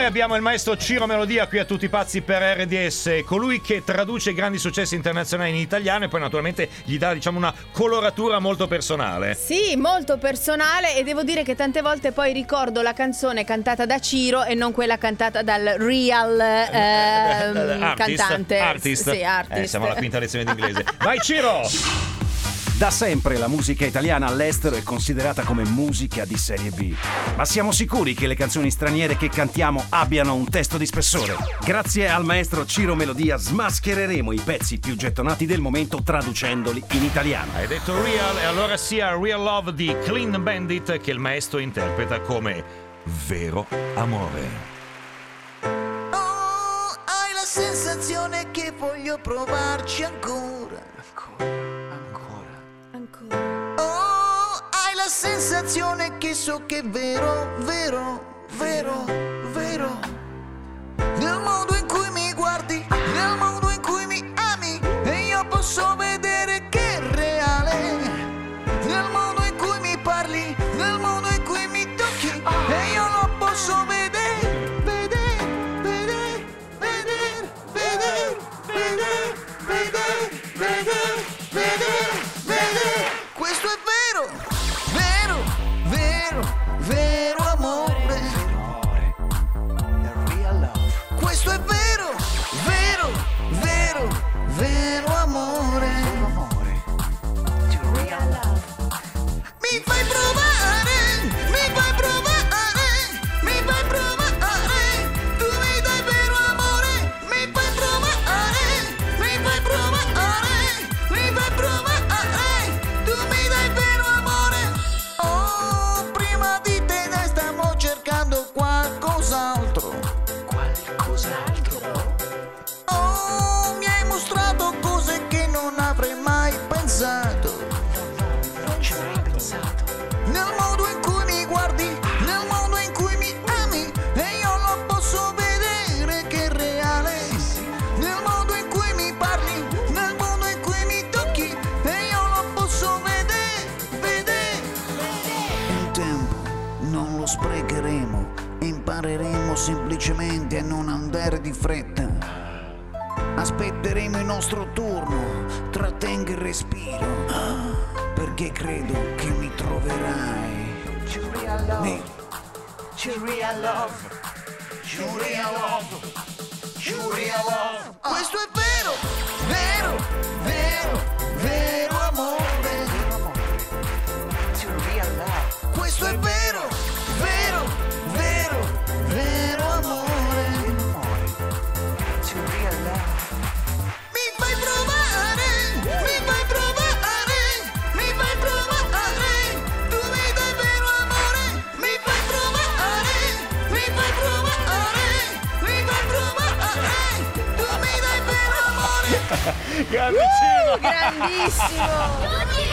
noi abbiamo il maestro Ciro Melodia qui a Tutti Pazzi per RDS, colui che traduce i grandi successi internazionali in italiano e poi naturalmente gli dà, diciamo, una coloratura molto personale. Sì, molto personale, e devo dire che tante volte poi ricordo la canzone cantata da Ciro e non quella cantata dal real cantante. Artist. Sì, artist. Siamo alla quinta lezione di inglese. Vai Ciro! Da sempre la musica italiana all'estero è considerata come musica di serie B. Ma siamo sicuri che le canzoni straniere che cantiamo abbiano un testo di spessore? Grazie al maestro Ciro Melodia smaschereremo i pezzi più gettonati del momento traducendoli in italiano. Hai detto real, e allora sia Real Love di Clean Bandit che il maestro interpreta come vero amore. Oh, hai la sensazione che voglio provarci ancora. Oh, hai la sensazione che so che è vero, vero, vero, vero. Nel modo in cui mi guardi, nel modo in cui mi ami, e io posso vedere che è reale. Nel modo in cui mi parli, nel modo in cui mi tocchi, e io lo posso vedere, vedere, vedere, vedere, vedere, vedere, vedere, vedere, vedere, vedere. Questo è vero, vero, vero, vero amore. Questo è vero, vero, vero, vero amore. Mi fai provare, mi fai provare, mi fai provare. Tu mi dai vero amore, mi fai provare, mi fai provare, mi fai provare. Tu mi dai vero amore. Oh, prima di te ne stiamo cercando qualcos'altro. Qualcos'altro? Oh, mi hai mostrato cose che non avrei mai pensato. Non ci avrei pensato. Nel modo in cui mi guardi, nel modo in cui mi ami, e io lo posso vedere che è reale. Nel modo in cui mi parli, nel modo in cui mi tocchi, e io lo posso vedere, vedere. Il tempo non lo sprecheremo, impareremo semplicemente a non andare di fretta. Aspetteremo il nostro turno, trattengo il respiro, perché credo che mi troverai. Real love, real love, real love, real love. Questo è vero, vero, vero, vero amore. Questo è vero, vero, vero, vero amore. Mi fai provare, mi fai provare, mi fai provare. Tu mi dai vero amore, mi fai provare, mi fai provare, mi fai provare. Tu mi dai vero amore. Grande Ciro! Grandissimo!